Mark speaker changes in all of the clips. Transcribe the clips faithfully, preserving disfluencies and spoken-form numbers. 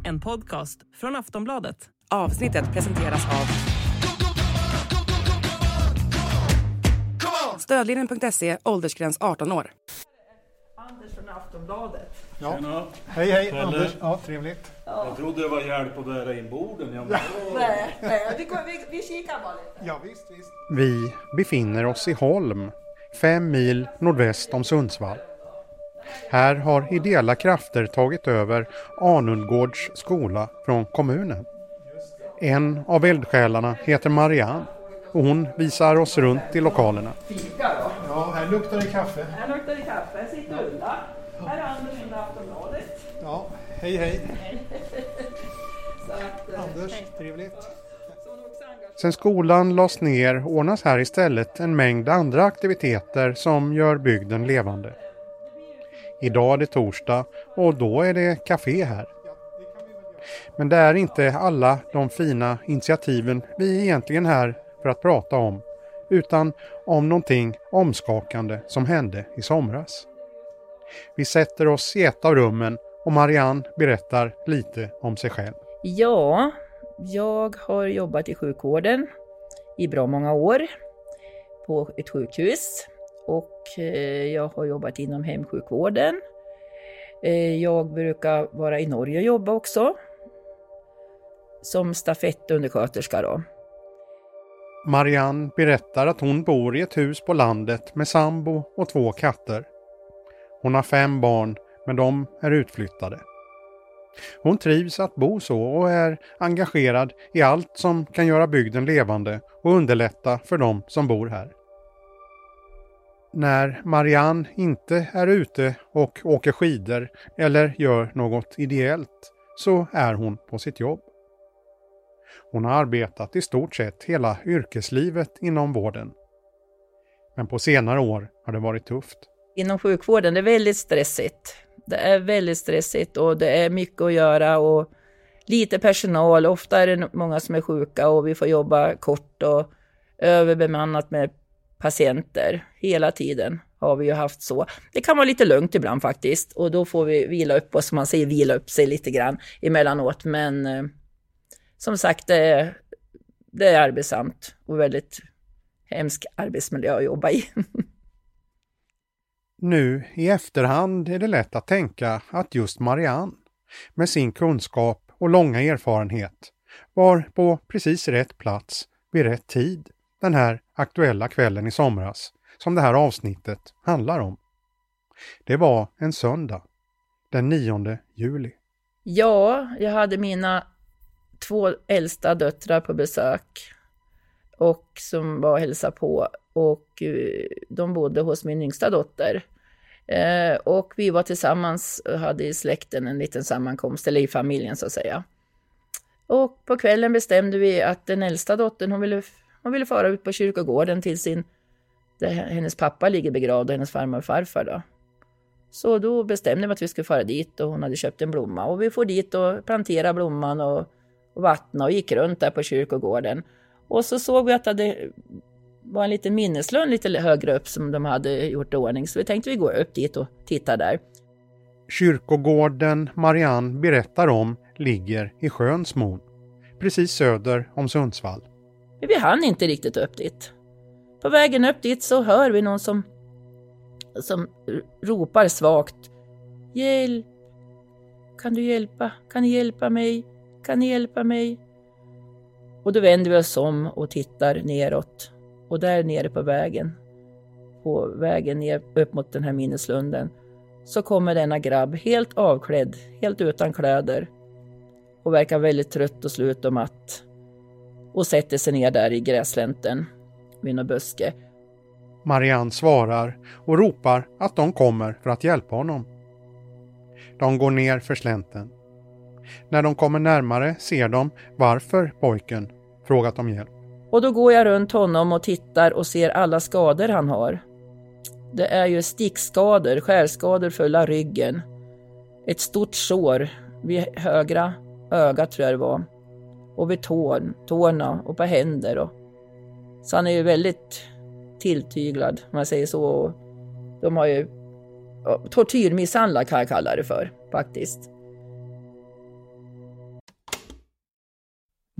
Speaker 1: En podcast från Aftonbladet.
Speaker 2: Avsnittet presenteras av Stödlinjen punkt se, åldersgräns arton år.
Speaker 1: Anders från Aftonbladet.
Speaker 3: Ja.
Speaker 4: Tjena.
Speaker 3: Hej hej
Speaker 4: Pelle.
Speaker 3: Anders, ja trevligt.
Speaker 1: Ja.
Speaker 4: Jag trodde det var hjälp att bära in borden. Jag
Speaker 3: Ja.
Speaker 1: Nej, nej, vi, vi, vi kikar bara lite.
Speaker 3: Ja visst, visst.
Speaker 5: Vi befinner oss i Holm, fem mil nordväst om Sundsvall. Här har ideella krafter tagit över Arnundgårds skola från kommunen. En av eldsjälarna heter Marianne och hon visar oss runt i lokalerna.
Speaker 1: Fika då.
Speaker 3: Ja, här luktar det kaffe.
Speaker 1: Här luktar det kaffe. Här sitter Ulla. Här är Anders från Aftonbladet.
Speaker 3: Ja, hej hej.
Speaker 1: Så att, eh,
Speaker 3: Anders, trevligt.
Speaker 1: så hon är också engagerad.
Speaker 5: Sen skolan lades ner ordnas här istället en mängd andra aktiviteter som gör bygden levande. Idag är det torsdag och då är det café här. Men det är inte alla de fina initiativen vi är egentligen här för att prata om, utan om någonting omskakande som hände i somras. Vi sätter oss i ett av rummen och Marianne berättar lite om sig själv.
Speaker 6: Ja, jag har jobbat i sjukvården i bra många år på ett sjukhus och eh, jag har jobbat inom hemsjukvården. Eh, jag brukar vara i Norge och jobba också som stafettundersköterska då.
Speaker 5: Marianne berättar att hon bor i ett hus på landet med sambo och två katter. Hon har fem barn, men de är utflyttade. Hon trivs att bo så och är engagerad i allt som kan göra bygden levande och underlätta för dem som bor här. När Marianne inte är ute och åker skidor eller gör något ideellt så är hon på sitt jobb. Hon har arbetat i stort sett hela yrkeslivet inom vården. Men på senare år har det varit tufft.
Speaker 6: Inom sjukvården det är väldigt stressigt. Det är väldigt stressigt och det är mycket att göra och lite personal. Ofta är det många som är sjuka och vi får jobba kort och överbemannat med patienter. Hela tiden har vi ju haft så. Det kan vara lite lugnt ibland faktiskt och då får vi vila upp oss, som man säger, vila upp sig lite grann emellanåt. Men eh, som sagt, det är, det är arbetsamt och väldigt hemsk arbetsmiljö att jobba i.
Speaker 5: Nu i efterhand är det lätt att tänka att just Marianne med sin kunskap och långa erfarenhet var på precis rätt plats vid rätt tid den här aktuella kvällen i somras som det här avsnittet handlar om. Det var en söndag, den nionde juli.
Speaker 6: Ja, jag hade mina två äldsta döttrar på besök och som var och hälsade på och eh, de bodde hos min yngsta dotter. Eh, och vi var tillsammans och hade i släkten en liten sammankomst, eller i familjen så att säga. Och på kvällen bestämde vi att den äldsta dottern, hon ville, hon ville fara ut på kyrkogården till sin, där hennes pappa ligger begravd och hennes farmor och farfar då. Så då bestämde vi att vi skulle fara dit och hon hade köpt en blomma. Och vi får dit och plantera blomman och, och vattna och gick runt där på kyrkogården. Och så såg vi att det var en liten minneslund lite högre upp som de hade gjort i ordning. Så vi tänkte vi går upp dit och tittar där.
Speaker 5: Kyrkogården Marianne berättar om ligger i Sjönsmon, precis söder om Sundsvall.
Speaker 6: Men vi hann inte riktigt upp dit. På vägen upp dit så hör vi någon som, som ropar svagt. Hjälp! Kan du hjälpa? Kan ni hjälpa mig? Kan ni hjälpa mig? Och då vänder vi oss om och tittar neråt. Och där nere på vägen, på vägen ner upp mot den här minneslunden, så kommer denna grabb helt avklädd, helt utan kläder. Och verkar väldigt trött och slut och matt. Och sätter sig ner där i gräslänten vid en buske.
Speaker 5: Marianne svarar och ropar att de kommer för att hjälpa honom. De går ner för slänten. När de kommer närmare ser de varför pojken frågat om hjälp.
Speaker 6: Och då går jag runt honom och tittar och ser alla skador han har. Det är ju stickskador, skärskador fulla ryggen. Ett stort sår vid högra ögat tror jag det var. Och vid tån, tårna och på händer. Och... Så han är ju väldigt tilltyglad, om man säger så. De har ju tortyrmisshandlad kan jag kalla det för, faktiskt.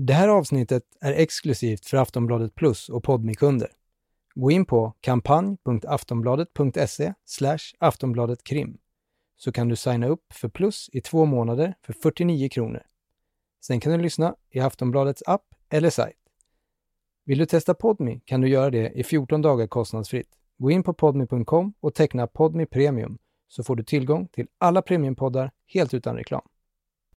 Speaker 7: Det här avsnittet är exklusivt för Aftonbladet Plus och Podmi-kunder. Gå in på kampanj punkt aftonbladet punkt se slash aftonbladetkrim så kan du signa upp för Plus i två månader för fyrtionio kronor. Sen kan du lyssna i Aftonbladets app eller sajt. Vill du testa Podmi kan du göra det i fjorton dagar kostnadsfritt. Gå in på podmi punkt com och teckna Podmi Premium så får du tillgång till alla premiumpoddar helt utan reklam.